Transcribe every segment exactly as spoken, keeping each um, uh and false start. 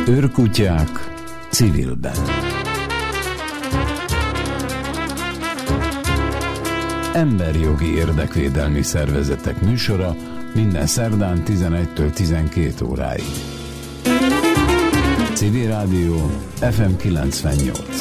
Őrkutyák civilben. Emberjogi érdekvédelmi szervezetek műsora minden szerdán tizenegytől tizenkét óráig. Civil Rádió ef em kilencvennyolc.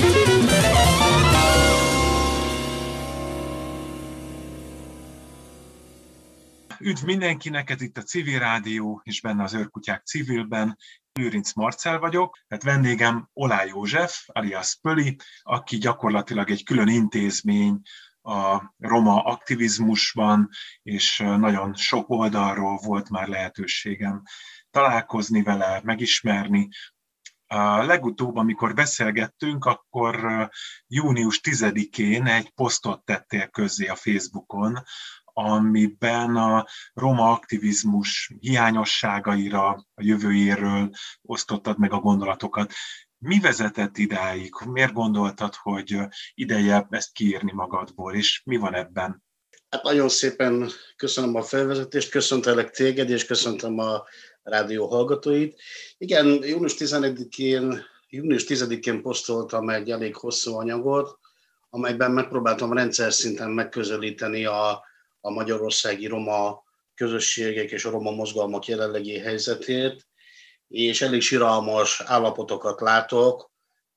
Üdv mindenkinek, ez itt a Civil Rádió, és benne az Őrkutyák civilben. Lőrinc Marcell vagyok, tehát vendégem Oláh József, alias Pöli, aki gyakorlatilag egy külön intézmény a roma aktivizmusban, és nagyon sok oldalról volt már lehetőségem találkozni vele, megismerni. A legutóbb, amikor beszélgettünk, akkor június tizedikén egy posztot tettél közzé a Facebookon, amiben a roma aktivizmus hiányosságaira, a jövőjéről osztottad meg a gondolatokat. Mi vezetett idáig? Miért gondoltad, hogy ideje ezt kiírni magadból, és mi van ebben? Hát nagyon szépen köszönöm a felvezetést, köszöntelek téged, és köszöntöm a rádió hallgatóit. Igen, június tizedikén, június tizedikén posztoltam egy elég hosszú anyagot, amelyben megpróbáltam rendszer szinten megközelíteni a a magyarországi roma közösségek és a roma mozgalmak jelenlegi helyzetét, és elég siralmas állapotokat látok,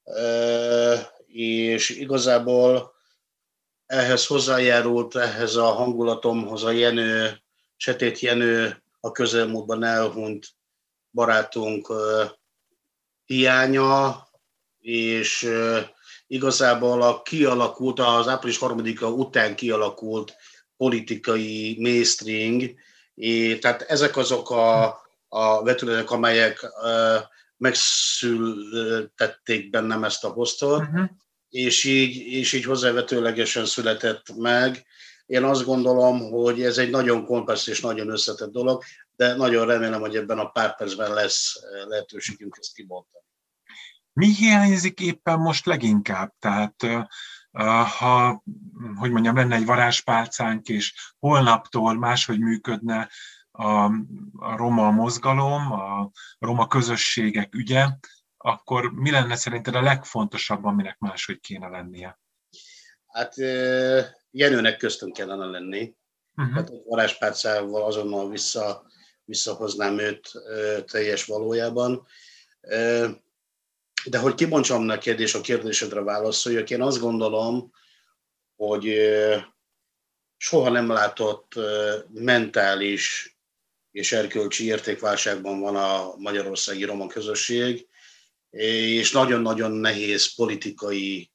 és igazából ehhez hozzájárult, ehhez a hangulatomhoz a Jenő, Setét Jenő, a közelmúltban elhunyt barátunk hiánya, és igazából a kialakult, az április harmadika után kialakult politikai mainstream, és tehát ezek azok a, a vetületek, amelyek uh, megszültették bennem ezt a posztot, uh-huh. és, így, és így hozzávetőlegesen született meg. Én azt gondolom, hogy ez egy nagyon komplex és nagyon összetett dolog, de nagyon remélem, hogy ebben a pár percben lesz lehetőségünk ezt kibontani. Mi hiányzik éppen most leginkább? Tehát ha, hogy mondjam, lenne egy varázspálcánk, és holnaptól máshogy működne a, a roma mozgalom, a roma közösségek ügye, akkor mi lenne szerinted a legfontosabb, aminek máshogy kéne lennie? Hát Jenőnek köztünk kellene lenni. Uh-huh. Hát a varázspálcával azonnal vissza, visszahoznám őt teljes valójában. De hogy kibontsam neked, és a kérdésedre válaszoljak, én azt gondolom, hogy soha nem látott mentális és erkölcsi értékválságban van a magyarországi roma közösség, és nagyon-nagyon nehéz politikai,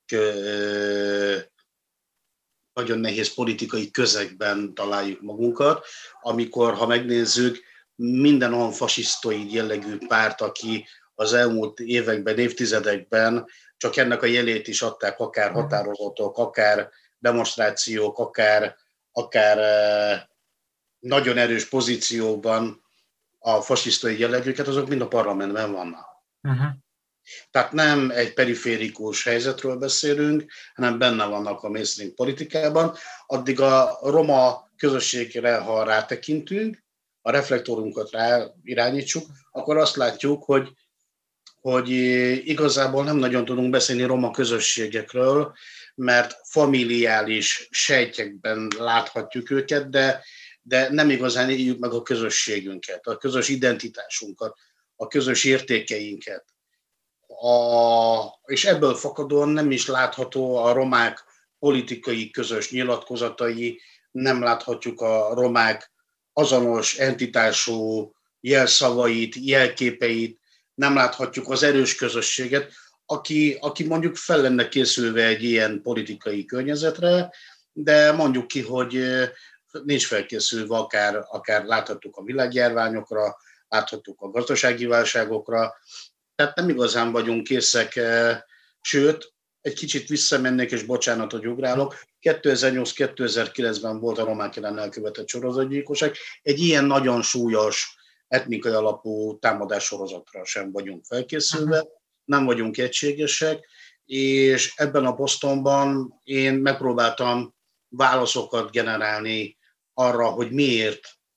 nagyon nehéz politikai közegben találjuk magunkat, amikor, ha megnézzük, minden olyan fasisztoid jellegű párt, aki az elmúlt években, évtizedekben csak ennek a jelét is adták, akár határozatok, akár demonstrációk, akár, akár nagyon erős pozícióban a fasisztai jellegűket, azok mind a parlamentben vannak. Uh-huh. Tehát nem egy periférikus helyzetről beszélünk, hanem benne vannak a mainstream politikában. Addig a roma közösségre, ha rátekintünk, a reflektorunkat rá irányítsuk, akkor azt látjuk, hogy hogy igazából nem nagyon tudunk beszélni roma közösségekről, mert familiális sejtjekben láthatjuk őket, de, de nem igazán éljük meg a közösségünket, a közös identitásunkat, a közös értékeinket. A, és ebből fakadóan nem is látható a romák politikai közös nyilatkozatai, nem láthatjuk a romák azonos entitású jelszavait, jelképeit, nem láthatjuk az erős közösséget, aki, aki mondjuk fel lenne készülve egy ilyen politikai környezetre, de mondjuk ki, hogy nincs felkészülve, akár, akár láthatjuk a világjárványokra, láthatjuk a gazdasági válságokra, tehát nem igazán vagyunk készek, sőt, egy kicsit visszamennék, és bocsánat, hogy ugrálok, kétezer-nyolc-kétezer-kilencben volt a romák ellen elkövetett sorozatgyilkosság, egy ilyen nagyon súlyos etnikai alapú támadássorozatra sem vagyunk felkészülve, nem vagyunk egységesek, és ebben a posztomban én megpróbáltam válaszokat generálni arra, hogy miért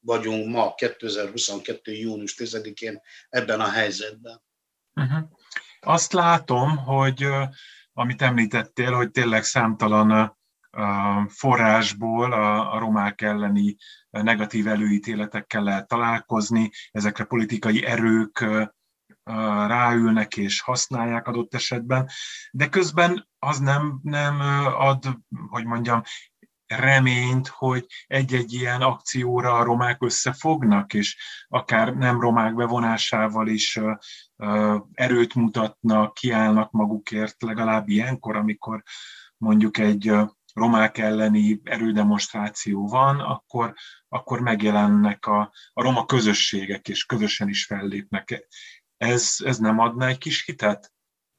vagyunk ma, kétezer-huszonkettő. június tizedikén ebben a helyzetben. Uh-huh. Azt látom, hogy amit említettél, hogy tényleg számtalan forrásból a, a romák elleni negatív előítéletekkel lehet találkozni, ezekre politikai erők ráülnek és használják adott esetben, de közben az nem, nem ad, hogy mondjam, reményt, hogy egy-egy ilyen akcióra a romák összefognak, és akár nem romák bevonásával is erőt mutatnak, kiállnak magukért, legalább ilyenkor, amikor mondjuk egy romák elleni erődemonstráció van, akkor, akkor megjelennek a, a roma közösségek, és közösen is fellépnek. Ez, ez nem adna egy kis hitet?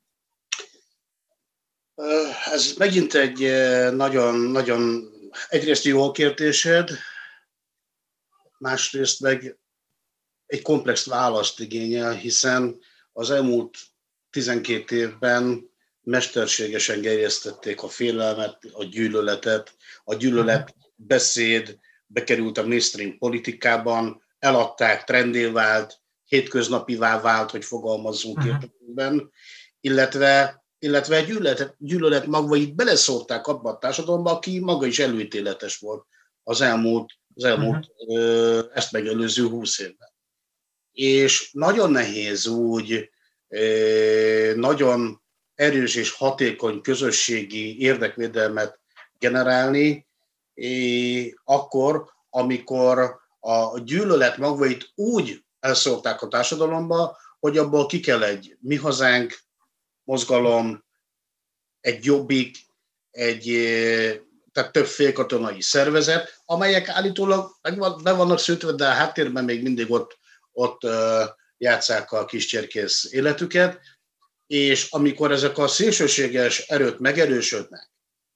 Ez megint egy nagyon, nagyon egyrészt jó kérdésed, másrészt meg egy komplex választ igényel, hiszen az elmúlt tizenkét évben mesterségesen gerjesztették a félelmet, a gyűlöletet. A gyűlölet beszéd bekerült a mainstream politikában, eladták, trendé vált, hétköznapivá vált, hogy fogalmazzunk uh-huh. értelemben, illetve, illetve egy gyűlölet, gyűlölet magvait beleszórták abba a társadalomba, aki maga is előítéletes volt az elmúlt, az elmúlt uh-huh. ezt megelőző húsz évben. És nagyon nehéz úgy, nagyon erős és hatékony közösségi érdekvédelmet generálni, akkor, amikor a gyűlölet magvait úgy elszórták a társadalomba, hogy abból ki kell egy Mi Hazánk mozgalom, egy Jobbik, egy, tehát több félkatonai szervezet, amelyek állítólag be vannak szűtve, de a háttérben még mindig ott, ott játsszák a kiscserkész életüket, és amikor ezek a szélsőséges erők megerősödnek,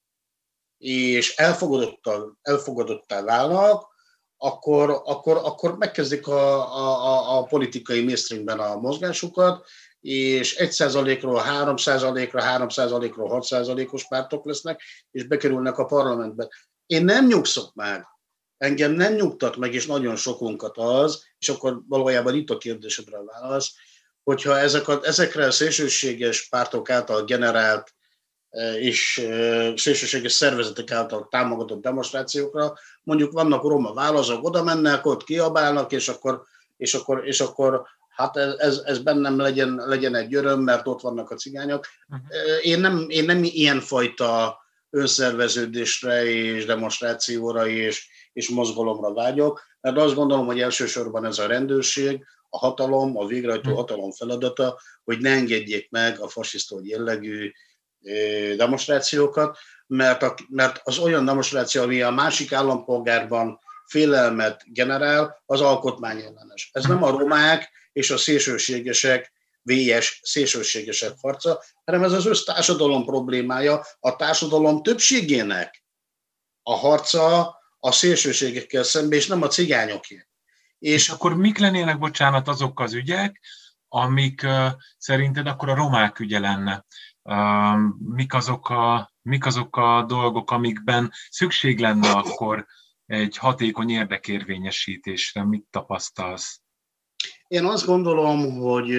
és elfogadottá, elfogadottá válnak, akkor, akkor, akkor megkezdik a, a, a politikai mainstreamben a mozgásukat, és egy százalékról három százalékra, három százalékról hat százalékos pártok lesznek, és bekerülnek a parlamentbe. Én nem nyugszok meg, engem nem nyugtat meg, és nagyon sokunkat az, és akkor valójában itt a kérdésedre a válasz, hogyha ezek a, ezekre a szélsőséges pártok által generált és szélsőséges szervezetek által támogatott demonstrációkra, mondjuk vannak roma válaszok, oda mennek, ott kiabálnak, és akkor, és akkor, és akkor hát ez, ez bennem legyen, legyen egy öröm, mert ott vannak a cigányok. Uh-huh. Én nem, én nem ilyenfajta önszerveződésre és demonstrációra és, és mozgalomra vágyok, mert azt gondolom, hogy elsősorban ez a rendőrség, a hatalom, a végrehajtó hatalom feladata, hogy ne engedjék meg a fasiszta jellegű demonstrációkat, mert, a, mert az olyan demonstráció, ami a másik állampolgárban félelmet generál, az alkotmányellenes. Ez nem a romák és a szélsőségesek, vélyes szélsőségesek harca, hanem ez az össztársadalom problémája, a társadalom többségének a harca a szélsőségekkel szemben, és nem a cigányoké. És, és akkor mik lennének, bocsánat, azok az ügyek, amik uh, szerinted akkor a romák ügye lenne? Uh, mik, azok a, mik azok a dolgok, amikben szükség lenne akkor egy hatékony érdekérvényesítésre? Mit tapasztalsz? Én azt gondolom, hogy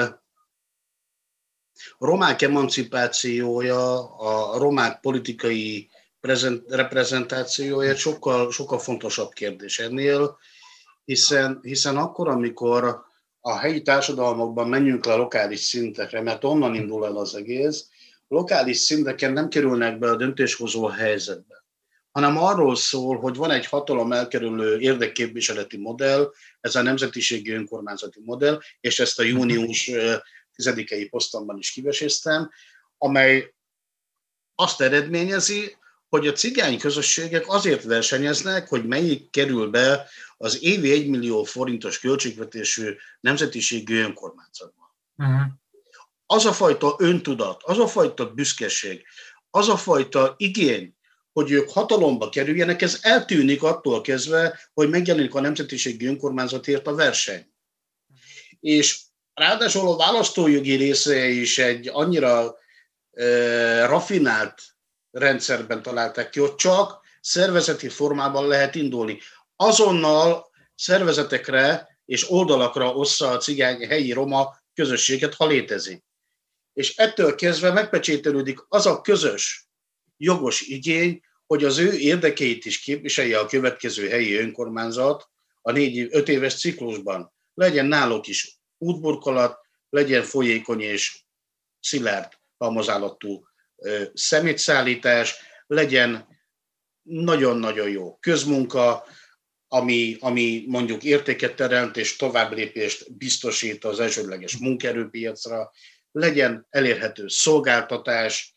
a romák emancipációja, a romák politikai reprezentációja sokkal, sokkal fontosabb kérdés ennél, hiszen, hiszen akkor, amikor a helyi társadalmakban menjünk le a lokális szintekre, mert onnan indul el az egész, a lokális szinteken nem kerülnek be a döntéshozó helyzetbe, hanem arról szól, hogy van egy hatalom elkerülő érdekképviseleti modell, ez a nemzetiségi önkormányzati modell, és ezt a június tizedikei posztomban is kiveséztem, amely azt eredményezi, hogy a cigány közösségek azért versenyeznek, hogy melyik kerül be az évi egymillió forintos költségvetésű nemzetiségű önkormányzatba. Uh-huh. Az a fajta öntudat, az a fajta büszkeség, az a fajta igény, hogy ők hatalomba kerüljenek, ez eltűnik attól kezdve, hogy megjelenik a nemzetiségi önkormányzatért a verseny. És ráadásul a választójogi része is egy annyira e, rafinált rendszerben találták ki, hogy csak szervezeti formában lehet indulni. Azonnal szervezetekre és oldalakra ossza a cigány helyi roma közösséget, ha létezik. És ettől kezdve megpecsételődik az a közös, jogos igény, hogy az ő érdekeit is képviselje a következő helyi önkormányzat a négy, öt éves ciklusban. Legyen náluk is útburkolat, legyen folyékony és szilárd halmazállatú szemétszállítás, legyen nagyon-nagyon jó közmunka, ami, ami mondjuk értéket teremt és továbblépést biztosít az elsődleges munkaerőpiacra, legyen elérhető szolgáltatás,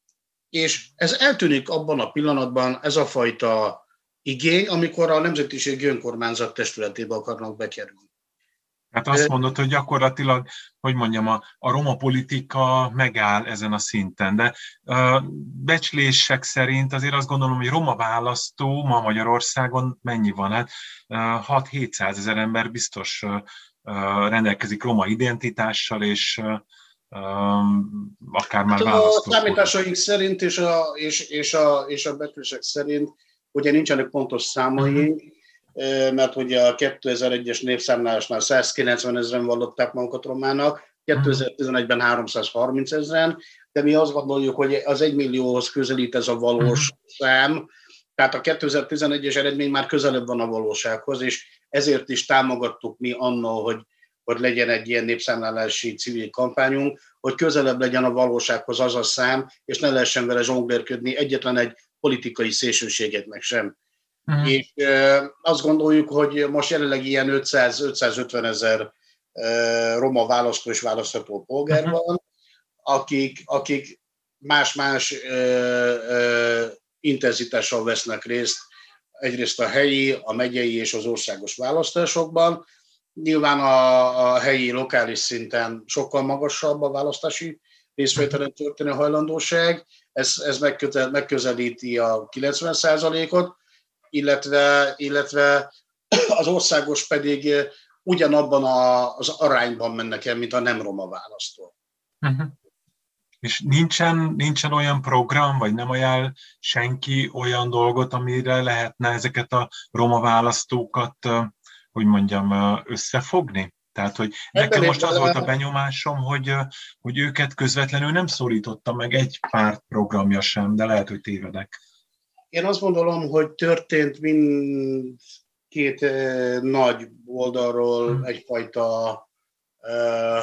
és ez eltűnik abban a pillanatban, ez a fajta igény, amikor a Nemzetiségi Önkormányzat testületébe akarnak bekerülni. Hát azt mondod, hogy gyakorlatilag, hogy mondjam, a, a roma politika megáll ezen a szinten, de uh, becslések szerint azért azt gondolom, hogy roma választó ma Magyarországon mennyi van? Hát uh, hat-hétszázezer ember biztos uh, uh, rendelkezik roma identitással, és uh, um, akár már hát választó. A számításaink szerint és a, és, és a, és a becslések szerint ugye nincsenek pontos számaink, mert ugye a kétezer-egyes népszámlálásnál százkilencven ezeren vallották magukat romának, kétezer-tizenegyben háromszázharminc ezeren, de mi azt gondoljuk, hogy az egymillióhoz közelít ez a valós szám, tehát a kétezer-tizenegyes eredmény már közelebb van a valósághoz, és ezért is támogattuk mi annól, hogy, hogy legyen egy ilyen népszámlálási civil kampányunk, hogy közelebb legyen a valósághoz az a szám, és ne lehessen vele zsonglérködni egyetlen egy politikai szélsőséget meg sem. Uh-huh. És e, azt gondoljuk, hogy most jelenleg ilyen ötszáz-ötszázötven ezer e, roma választó és választható polgár uh-huh. van, akik, akik más-más e, e, intenzitással vesznek részt egyrészt a helyi, a megyei és az országos választásokban. Nyilván a, a helyi, lokális szinten sokkal magasabb a választási részvételen történő hajlandóság, ez, ez megközelíti a kilencven százalékot, illetve, illetve az országos pedig ugyanabban a, az arányban mennek el, mint a nem roma választó. Uh-huh. És nincsen, nincsen olyan program, vagy nem ajánl senki olyan dolgot, amire lehetne ezeket a roma választókat, hogy mondjam, összefogni? Tehát, hogy nekem most az volt a benyomásom, hogy, hogy őket közvetlenül nem szólította meg egy párt programja sem, de lehet, hogy tévedek. Én azt gondolom, hogy történt mindkét eh, nagy oldalról hmm. egyfajta eh,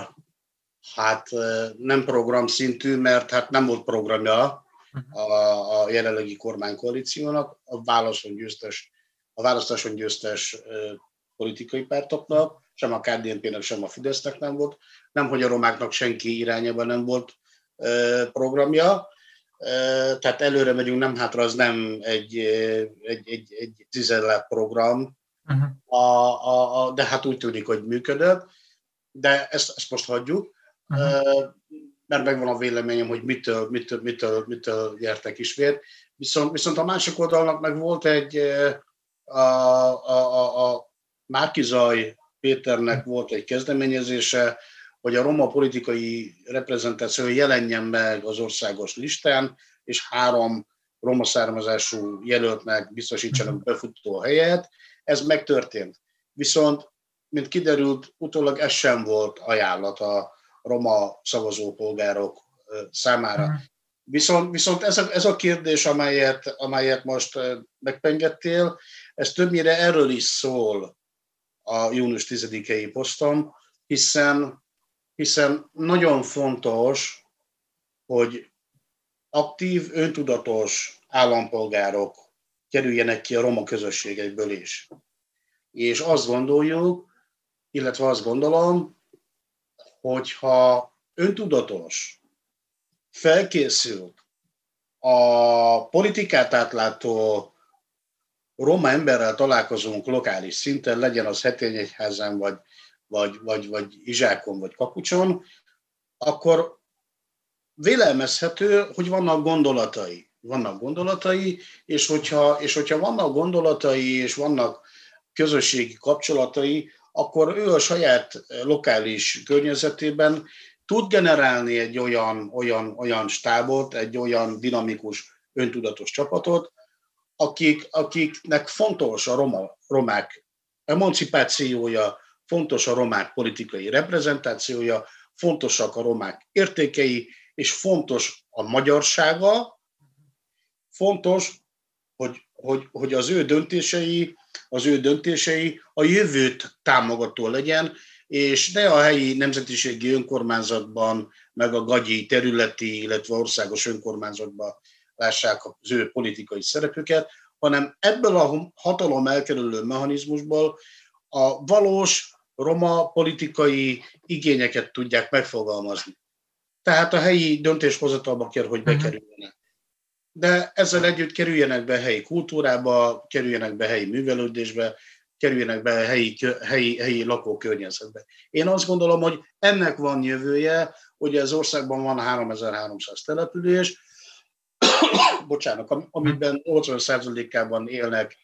hát eh, nem programszintű, mert hát nem volt programja hmm. a, a jelenlegi kormánykoalíciónak, a választáson győztes, a választáson győztes eh, politikai pártoknak, sem a ká dé en pé-nek, sem a Fidesznek nem volt, nem hogy a romáknak senki irányában nem volt eh, programja. Tehát előre megyünk, nem hátra, az nem egy, egy, egy, egy tizellap program, uh-huh. a, a, a, de hát úgy tűnik, hogy működött, de ezt, ezt most hagyjuk, uh-huh. mert megvan a véleményem, hogy mitől, mitől, mitől, mitől gyertek ismét. Viszont, viszont a másik oldalnak meg volt egy, a, a, a, a Márki-Zay Péternek volt egy kezdeményezése, hogy a roma politikai reprezentáció jelenjen meg az országos listán, és három roma származású jelöltnek biztosítsanak befutó helyet. Ez megtörtént. Viszont, mint kiderült, utólag ez sem volt ajánlat a roma szavazópolgárok számára. Viszont, viszont ez, a, ez a kérdés, amelyet, amelyet most megpengettél, ez többnyire erről is szól a június tizedikei posztom, hiszen hiszen nagyon fontos, hogy aktív, öntudatos állampolgárok kerüljenek ki a roma közösségekből is. És azt gondoljuk, illetve azt gondolom, hogyha öntudatos, felkészült, a politikát átlátó roma emberrel találkozunk lokális szinten, legyen az Hetényegyházán, vagy Vagy, vagy, vagy Izsákon, vagy Kapucson, akkor vélelmezhető, hogy vannak gondolatai. Vannak gondolatai, és hogyha, és hogyha vannak gondolatai, és vannak közösségi kapcsolatai, akkor ő a saját lokális környezetében tud generálni egy olyan, olyan, olyan stábot, egy olyan dinamikus, öntudatos csapatot, akik, akiknek fontos a roma, romák emancipációja, fontos a romák politikai reprezentációja, fontosak a romák értékei, és fontos a magyarsága, fontos, hogy, hogy, hogy az ő döntései, az ő döntései a jövőt támogató legyen, és ne a helyi nemzetiségi önkormányzatban, meg a gagyi területi, illetve országos önkormányzatban lássák az ő politikai szerepüket, hanem ebből a hatalom elkerülő mechanizmusból a valós roma politikai igényeket tudják megfogalmazni. Tehát a helyi döntéshozatalba kell, hogy bekerüljenek. De ezzel együtt kerüljenek be helyi kultúrába, kerüljenek be helyi művelődésbe, kerüljenek be helyi, helyi, helyi lakókörnyezetbe. Én azt gondolom, hogy ennek van jövője, hogy az országban van háromezer-háromszáz település, bocsánat, amiben nyolcvan százalékában élnek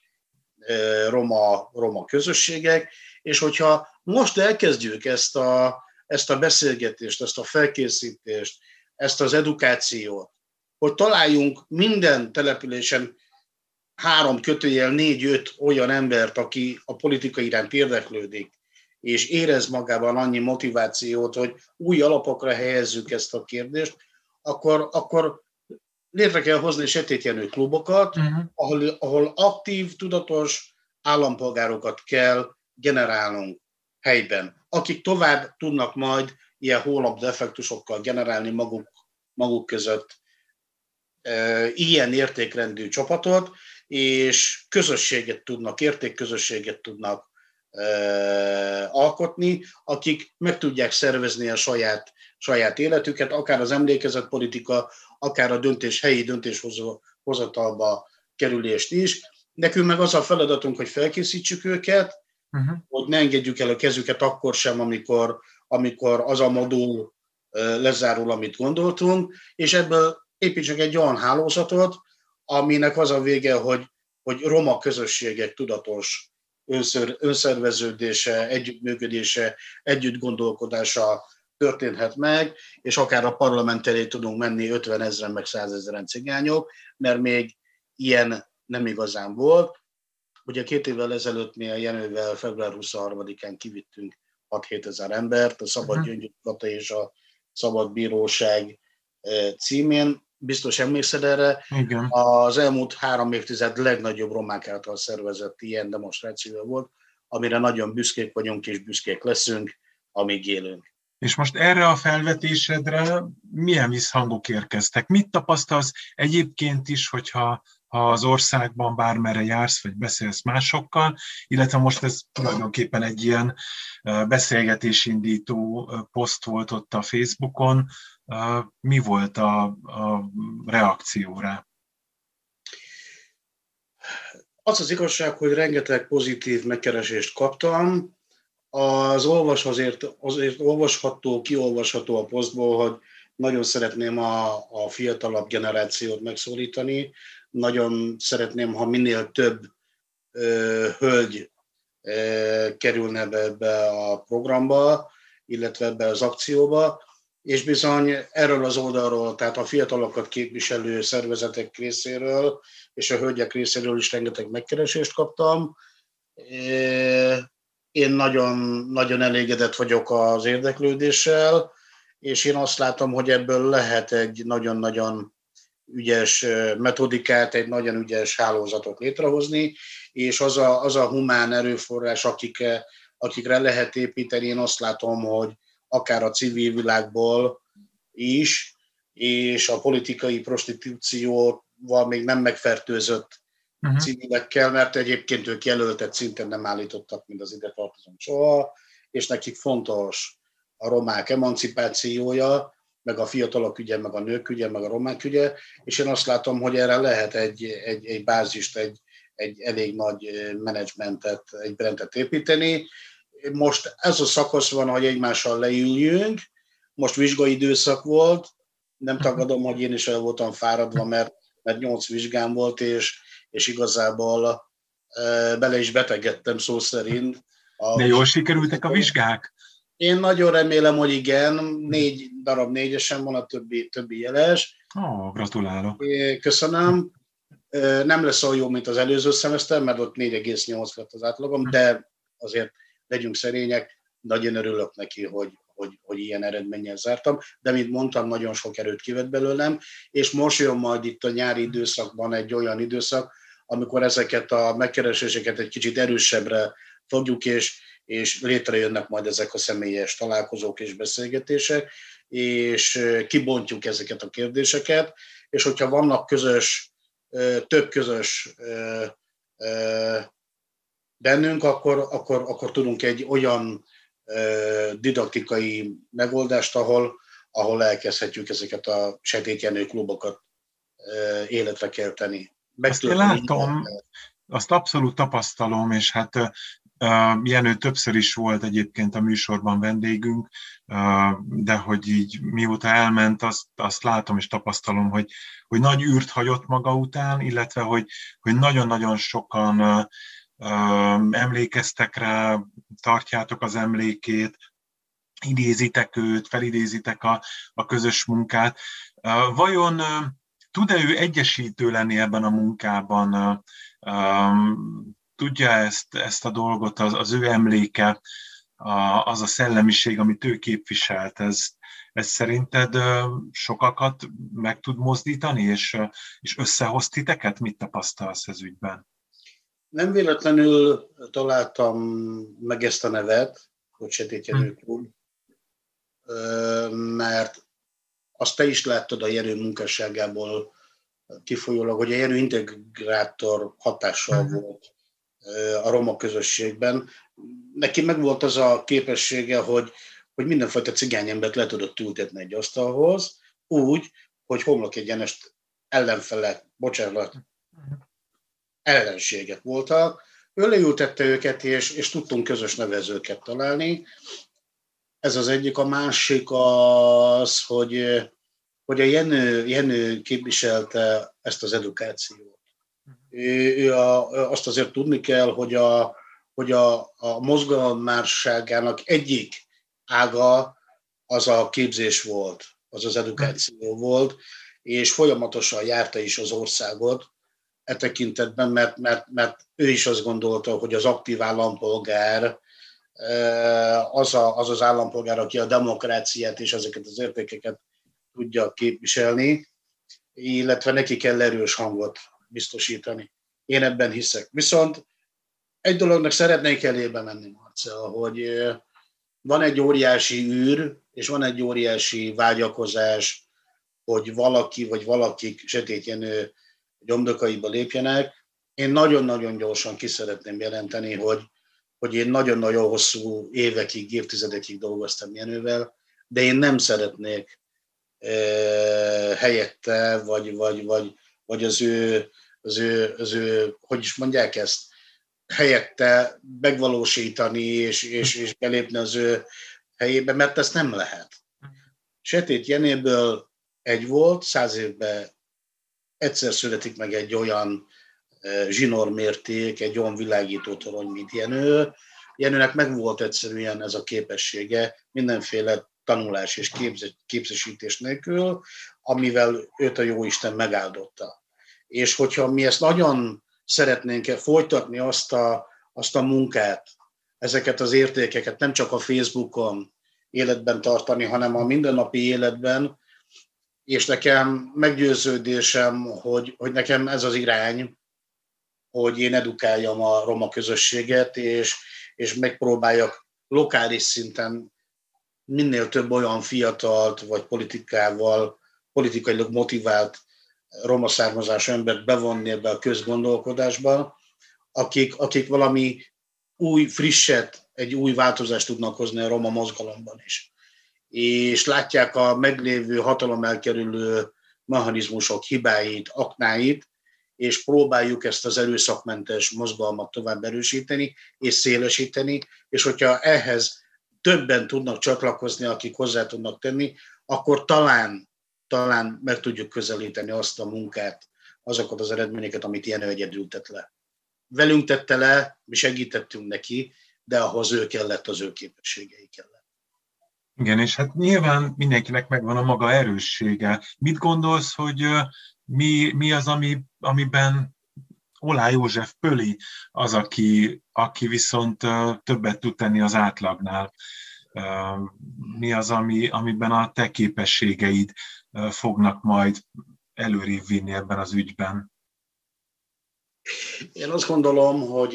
roma, roma közösségek, és hogyha most elkezdjük ezt a, ezt a beszélgetést, ezt a felkészítést, ezt az edukációt, hogy találjunk minden településen három kötőjel, négy-öt olyan embert, aki a politika iránt érdeklődik, és érez magában annyi motivációt, hogy új alapokra helyezzük ezt a kérdést, akkor, akkor létre kell hozni sötétjenő klubokat, uh-huh. ahol, ahol aktív, tudatos állampolgárokat kell generálnunk helyben, akik tovább tudnak majd ilyen hólabda-effektusokkal generálni maguk, maguk között e, ilyen értékrendű csapatot, és közösséget tudnak, értékközösséget tudnak e, alkotni, akik meg tudják szervezni a saját, saját életüket, akár az emlékezetpolitika, akár a döntés, helyi döntéshozatalba kerülést is. Nekünk meg az a feladatunk, hogy felkészítsük őket, uh-huh. hogy ne engedjük el a kezüket akkor sem, amikor, amikor az a modul lezárul, amit gondoltunk, és ebből építsük egy olyan hálózatot, aminek az a vége, hogy, hogy roma közösségek tudatos önszerveződése, együttműködése, együttgondolkodása történhet meg, és akár a parlament elé tudunk menni ötvenezren, meg százezren cigányok, mert még ilyen nem igazán volt. Ugye két évvel ezelőtt mi a Jenővel február huszonharmadikán kivittünk hat-hét ezer embert a Szabad uh-huh. Gyöngyös Kata és a Szabad Bíróság címén. Biztos emlékszel erre? Igen. Az elmúlt három évtized legnagyobb romák által szervezett ilyen demonstráció volt, amire nagyon büszkék vagyunk és büszkék leszünk, amíg élünk. És most erre a felvetésedre milyen visszhangok érkeztek? Mit tapasztalsz egyébként is, hogyha ha az országban bármerre jársz, vagy beszélsz másokkal, illetve most ez tulajdonképpen egy ilyen beszélgetésindító poszt volt ott a Facebookon. Mi volt a, a reakció rá? Az az igazság, hogy rengeteg pozitív megkeresést kaptam. Az olvas azért, azért olvasható, kiolvasható a posztból, hogy nagyon szeretném a, a fiatalabb generációt megszólítani, nagyon szeretném, ha minél több ö, hölgy ö, kerülne be ebbe a programba, illetve ebbe az akcióba, és bizony erről az oldalról, tehát a fiatalokat képviselő szervezetek részéről, és a hölgyek részéről is rengeteg megkeresést kaptam. Én nagyon, nagyon elégedett vagyok az érdeklődéssel, és én azt látom, hogy ebből lehet egy nagyon-nagyon ügyes metodikát, egy nagyon ügyes hálózatot létrehozni, és az a, az a humán erőforrás, akik, akikre lehet építeni, én azt látom, hogy akár a civil világból is, és a politikai prostitúcióval még nem megfertőzött uh-huh. civilekkel, mert egyébként ők jelöltet szinten nem állítottak, mint az ide tartozunk soha, és nekik fontos a romák emancipációja, meg a fiatalok ügye, meg a nők ügye, meg a romák ügye, és én azt látom, hogy erre lehet egy, egy, egy bázist, egy, egy elég nagy menedzsmentet, egy brendet építeni. Most ez a szakasz van, hogy egymással leüljünk, most vizsgai időszak volt, nem tagadom, hogy én is el voltam fáradva, mert, mert nyolc vizsgám volt, és, és igazából e, bele is betegedtem szó szerint. A De jól sikerültek a vizsgák? Én nagyon remélem, hogy igen, négy darab négyesen van, a többi, többi jeles. Ó, oh, gratulálok. Köszönöm. Nem lesz olyan jó, mint az előző szemeszter, mert ott négy egész nyolc lett az átlagom, de azért legyünk szerények, nagyon örülök neki, hogy, hogy, hogy ilyen eredménnyel zártam, de mint mondtam, nagyon sok erőt kivett belőlem, és most jön majd itt a nyári időszakban egy olyan időszak, amikor ezeket a megkereséseket egy kicsit erősebbre fogjuk, és, és létrejönnek majd ezek a személyes találkozók és beszélgetések, és kibontjuk ezeket a kérdéseket, és hogyha vannak közös, több közös bennünk, akkor, akkor, akkor tudunk egy olyan didaktikai megoldást, ahol, ahol elkezdhetjük ezeket a sötétjenő klubokat életre kelteni. Azt én látom, azt abszolút tapasztalom, és hát uh, Jenő többször is volt egyébként a műsorban vendégünk, uh, de hogy így mióta elment, azt, azt látom és tapasztalom, hogy, hogy nagy űrt hagyott maga után, illetve hogy, hogy nagyon-nagyon sokan uh, uh, emlékeztek rá, tartjátok az emlékét, idézitek őt, felidézitek a, a közös munkát. Uh, vajon uh, tud-e ő egyesítő lenni ebben a munkában? Tudja ezt, ezt a dolgot, az, az ő emléke, az a szellemiség, amit ő képviselt, ez, ez szerinted sokakat meg tud mozdítani, és, és összehoz titeket? Mit tapasztalsz ez ügyben? Nem véletlenül találtam meg ezt a nevet, hogy Sötétjenő Klub, mert azt te is láttad a Jenő munkásságából kifolyólag, hogy a Jenő integrátor hatással uh-huh. volt a roma közösségben. Neki megvolt az a képessége, hogy, hogy mindenfajta cigányembert le tudott ültetni egy asztalhoz, úgy, hogy homlok egyenest ellenfelek, bocsánat, ellenségek voltak. Ő leültette őket, és, és tudtunk közös nevezőket találni. Ez az egyik, a másik az, hogy, hogy a Jenő, Jenő képviselte ezt az edukációt. Ő, ő a, azt azért tudni kell, hogy a, hogy a, a mozgalmárságának egyik ága az a képzés volt, az az edukáció volt, és folyamatosan járta is az országot e tekintetben, mert, mert, mert ő is azt gondolta, hogy az aktív állampolgár Az, a, az az állampolgár, aki a demokráciát és ezeket az értékeket tudja képviselni, illetve neki kell erős hangot biztosítani. Én ebben hiszek. Viszont egy dolognak szeretnék elébe menni, Marcell, hogy van egy óriási űr, és van egy óriási vágyakozás, hogy valaki vagy valakik Sötétjenő gyomdokaiba lépjenek. Én nagyon-nagyon gyorsan ki szeretném jelenteni, hogy hogy én nagyon-nagyon hosszú évekig, évtizedekig dolgoztam Jenővel, de én nem szeretnék e, helyette, vagy, vagy, vagy, vagy az, ő, az, ő, az ő, hogy is mondják ezt, helyette megvalósítani és, és, és belépni az ő helyébe, mert ezt nem lehet. Sötétjenőből egy volt, száz évben egyszer születik meg egy olyan zsinórmérték, egy olyan világító torony, mint Jenő. Jenőnek megvolt egyszerűen ez a képessége mindenféle tanulás és képzésítés nélkül, amivel őt a Jóisten megáldotta. És hogyha mi ezt nagyon szeretnénk folytatni, azt a, azt a munkát, ezeket az értékeket nem csak a Facebookon életben tartani, hanem a mindennapi életben, és nekem meggyőződésem, hogy, hogy nekem ez az irány, hogy én edukáljam a roma közösséget, és, és megpróbáljak lokális szinten minél több olyan fiatalt, vagy politikával, politikailag motivált roma származású embert bevonni ebbe a közgondolkodásba, akik, akik valami új, frisset, egy új változást tudnak hozni a roma mozgalomban is. És látják a meglévő hatalomelkerülő mechanizmusok hibáit, aknáit, és próbáljuk ezt az erőszakmentes mozgalmat tovább erősíteni és szélesíteni, és hogyha ehhez többen tudnak csatlakozni, akik hozzá tudnak tenni, akkor talán, talán meg tudjuk közelíteni azt a munkát, azokat az eredményeket, amit Jenő egyedül tett le. Velünk tette le, mi segítettünk neki, de ahhoz ő kellett, az ő képességei kellett. Igen, és hát nyilván mindenkinek megvan a maga erőssége. Mit gondolsz, hogy mi, mi az, ami, amiben Oláh József Pöli az, aki, aki viszont többet tud tenni az átlagnál. Mi az, ami, amiben a te képességeid fognak majd előrébb vinni ebben az ügyben? Én azt gondolom, hogy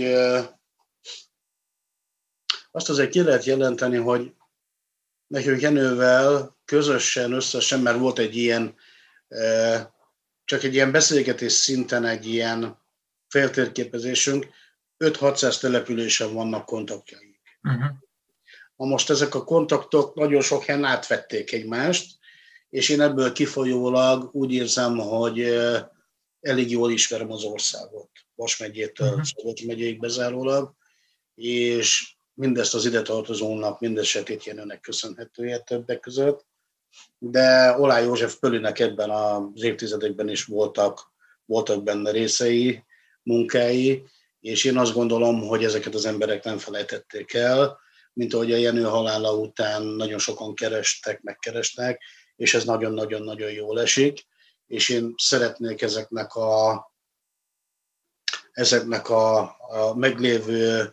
azt azért ki lehet jelenteni, hogy nekünk Jenővel közösen, összesen, mert volt egy ilyen, csak egy ilyen beszélgetés szinten egy ilyen feltérképezésünk, öt-hatszáz településen vannak kontaktjaink. Uh-huh. Na most ezek a kontaktok nagyon sok helyen átvették egymást, és én ebből kifolyólag úgy érzem, hogy elég jól ismerem az országot, Vas megyétől uh-huh. Szabolcs megyéig bezárólag, és mindezt az ide tartozónak, mindez Setét Jenőnek köszönhetője többek között, de Oláh József Pölinek ebben az évtizedekben is voltak, voltak benne részei, munkái, és én azt gondolom, hogy ezeket az emberek nem felejtették el, mint ahogy a Jenő halála után nagyon sokan kerestek, megkeresnek, és ez nagyon-nagyon-nagyon jól esik, és én szeretnék ezeknek a, ezeknek a, a meglévő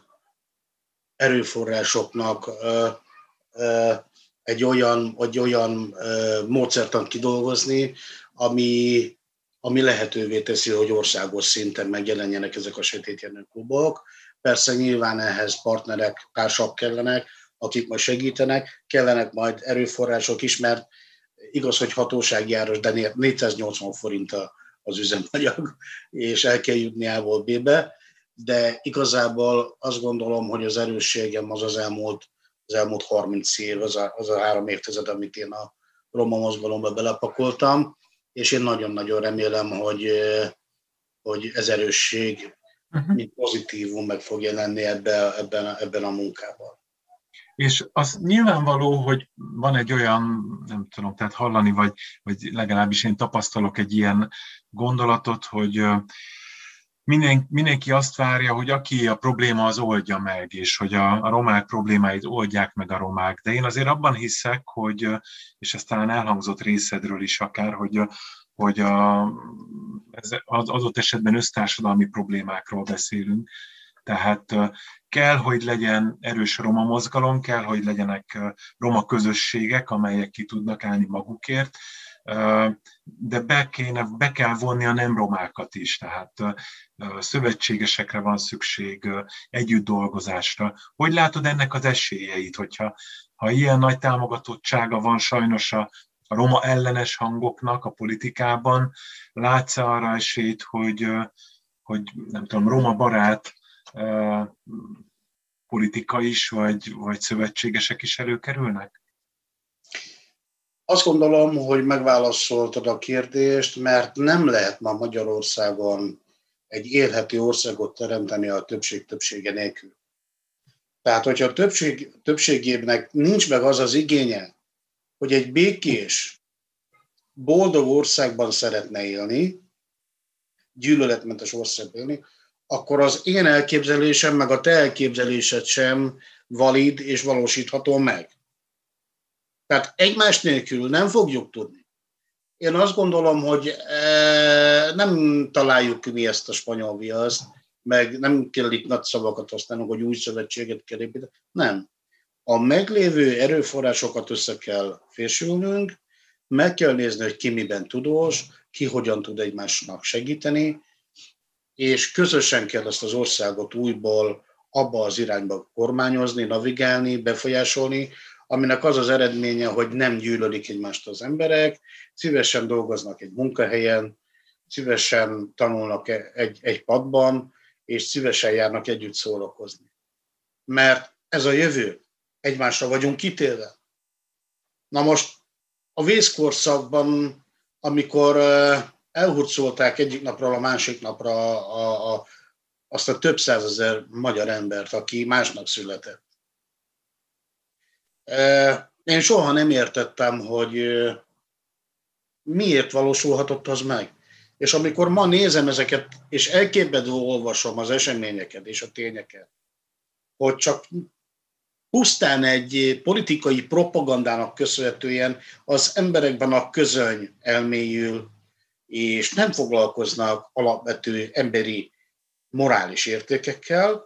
erőforrásoknak ö, ö, egy olyan, egy olyan ö, módszertant kidolgozni, ami, ami lehetővé teszi, hogy országos szinten megjelenjenek ezek a Setét Jenő klubok. Persze nyilván ehhez partnerek, társak kellenek, akik majd segítenek, kellenek majd erőforrások is, mert igaz, hogy hatósági áras, de négyszáznyolcvan forint az üzemanyag, és el kell jutni A-ból B-be, de igazából azt gondolom, hogy az erősségem az az elmúlt, az elmúlt harminc év, az a, az a három évtized, amit én a roma mozgalomba belepakoltam, és én nagyon-nagyon remélem, hogy, hogy ez erősség, uh-huh. mint pozitívum meg fog jelenni ebben, ebben, ebben a munkában. És az nyilvánvaló, hogy van egy olyan, nem tudom, tehát hallani, vagy, vagy legalábbis én tapasztalok egy ilyen gondolatot, hogy minden, mindenki azt várja, hogy aki a probléma, az oldja meg, és hogy a, a romák problémáit oldják meg a romák. De én azért abban hiszek, hogy, és ez talán elhangzott részedről is akár, hogy, hogy a, az adott esetben össztársadalmi problémákról beszélünk. Tehát kell, hogy legyen erős roma mozgalom, kell, hogy legyenek roma közösségek, amelyek ki tudnak állni magukért, de be, kéne, be kell vonni a nem romákat is, tehát szövetségesekre van szükség, együtt dolgozásra. Hogy látod ennek az esélyeit, hogyha ha ilyen nagy támogatottsága van sajnos a, a roma ellenes hangoknak a politikában, látsz arra esélyt, hogy, hogy nem tudom, roma barát politika is, vagy, vagy szövetségesek is előkerülnek? Azt gondolom, hogy megválaszoltad a kérdést, mert nem lehet ma Magyarországon egy élhető országot teremteni a többség többsége nélkül. Tehát, hogyha a többség többségének nincs meg az az igénye, hogy egy békés, boldog országban szeretne élni, gyűlöletmentes országban élni, akkor az én elképzelésem, meg a te elképzelésed sem valid és valósítható meg. Tehát egymás nélkül nem fogjuk tudni. Én azt gondolom, hogy nem találjuk mi ezt a spanyol viaszt, meg nem kell itt nagy szavakat használnunk, hogy új szövetséget kell építeni. Nem. A meglévő erőforrásokat össze kell fésülnünk, meg kell nézni, hogy ki miben tudós, ki hogyan tud egymásnak segíteni, és közösen kell ezt az országot újból abba az irányba kormányozni, navigálni, befolyásolni, aminek az az eredménye, hogy nem gyűlölik egymást az emberek, szívesen dolgoznak egy munkahelyen, szívesen tanulnak egy, egy padban, és szívesen járnak együtt szórakozni. Mert ez a jövő, egymásra vagyunk kitélve. Na most a vészkorszakban, amikor elhurcolták egyik napról a másik napra a, a, azt a több százezer magyar embert, aki másnak született. Én soha nem értettem, hogy miért valósulhatott az meg. És amikor ma nézem ezeket, és elképedve olvasom az eseményeket és a tényeket, hogy csak pusztán egy politikai propagandának köszönhetően az emberekben a közöny elmélyül, és nem foglalkoznak alapvető emberi morális értékekkel,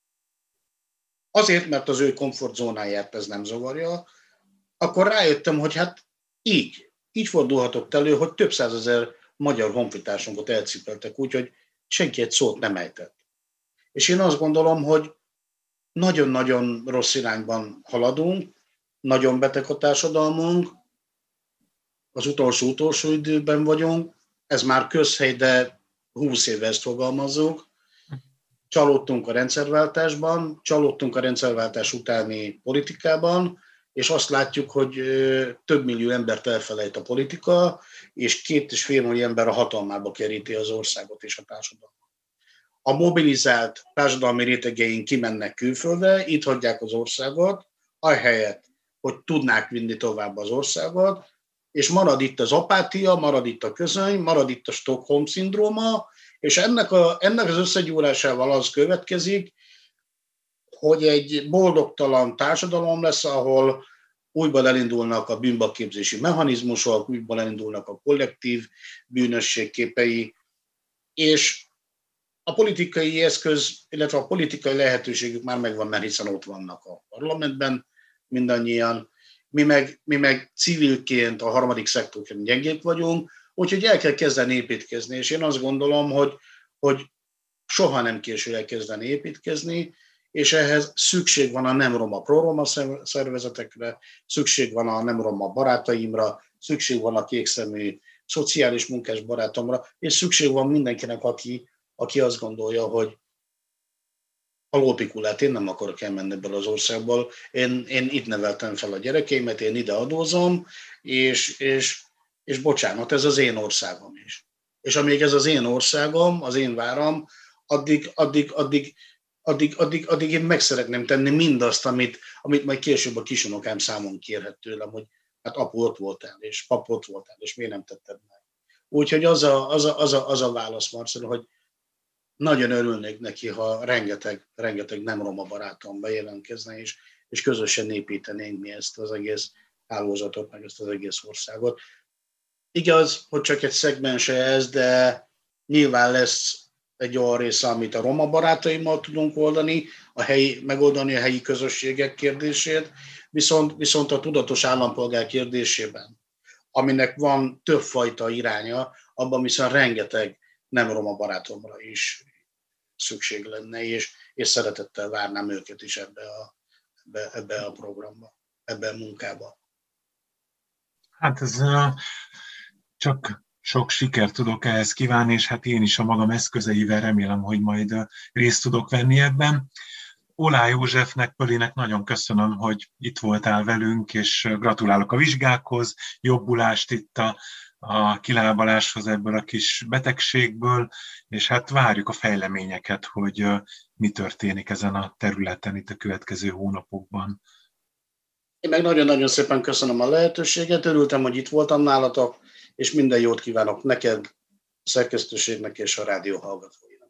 azért, mert az ő komfortzónáját ez nem zavarja, akkor rájöttem, hogy hát így, így fordulhatott elő, hogy több százezer magyar honfitársunkat elcipeltek úgy, hogy senki egy szót nem ejtett. És én azt gondolom, hogy nagyon-nagyon rossz irányban haladunk, nagyon beteg a társadalmunk, az utolsó-utolsó időben vagyunk, ez már közhely, de húsz éve ezt fogalmazzuk. Csalódtunk a rendszerváltásban, csalódtunk a rendszerváltás utáni politikában, és azt látjuk, hogy több millió embert elfelejt a politika, és két és fél millió ember a hatalmába keríti az országot és a társadalmat. A mobilizált társadalmi rétegeink kimennek külföldre, itt hagyják az országot, ahelyett, hogy tudnák vinni tovább az országot, és marad itt az apátia, marad itt a közöny, marad itt a Stockholm-szindróma, és ennek, a, ennek az összegyúrásával az következik, hogy egy boldogtalan társadalom lesz, ahol újból elindulnak a bűnbakképzési mechanizmusok, újból elindulnak a kollektív bűnösség képei, és a politikai eszköz, illetve a politikai lehetőségük már megvan, mert hiszen ott vannak a parlamentben mindannyian. Mi meg, mi meg civilként, a harmadik szektorként gyengébb vagyunk, úgyhogy el kell kezdeni építkezni, és én azt gondolom, hogy, hogy soha nem késő elkezdeni építkezni, és ehhez szükség van a nem roma proroma szervezetekre, szükség van a nem roma barátaimra, szükség van a kékszemű szociális munkás barátomra, és szükség van mindenkinek, aki, aki azt gondolja, hogy a lópikulát én nem akarok elmenni ebből az országból. Én, én itt neveltem fel a gyerekeimet, én ide adózom, és, és, és bocsánat, ez az én országom is. És amíg ez az én országom, az én váram, addig, addig, addig, addig, addig, addig én meg szeretném tenni mindazt, amit, amit majd később a kisunokám számon kérhet tőlem, hogy hát apu ott voltál, és pap ott voltál, és miért nem tetted meg. Úgyhogy az a, az a, az a, az a válasz, Marcel, hogy nagyon örülnék neki, ha rengeteg, rengeteg nem roma barátom bejelentkezne, és, és közösen építenénk mi ezt az egész hálózatot, meg ezt az egész országot. Igaz, hogy csak egy szegmense ez, de nyilván lesz egy olyan része, amit a roma barátaimmal tudunk oldani, a helyi, megoldani a helyi közösségek kérdését, viszont, viszont a tudatos állampolgár kérdésében, aminek van többfajta iránya, abban viszont rengeteg nem roma barátomra is szükség lenne, és, és szeretettel várnám őket is ebbe a, ebbe, ebbe a programba, ebbe a munkába. Hát ez csak sok sikert tudok ehhez kívánni, és hát én is a magam eszközeivel remélem, hogy majd részt tudok venni ebben. Oláh Józsefnek, Pölinek nagyon köszönöm, hogy itt voltál velünk, és gratulálok a vizsgákhoz, jobbulást itt a a kilábaláshoz ebből a kis betegségből, és hát várjuk a fejleményeket, hogy mi történik ezen a területen itt a következő hónapokban. Én meg nagyon-nagyon szépen köszönöm a lehetőséget, örültem, hogy itt voltam nálatok, és minden jót kívánok neked, a szerkesztőségnek és a rádió hallgatóinak.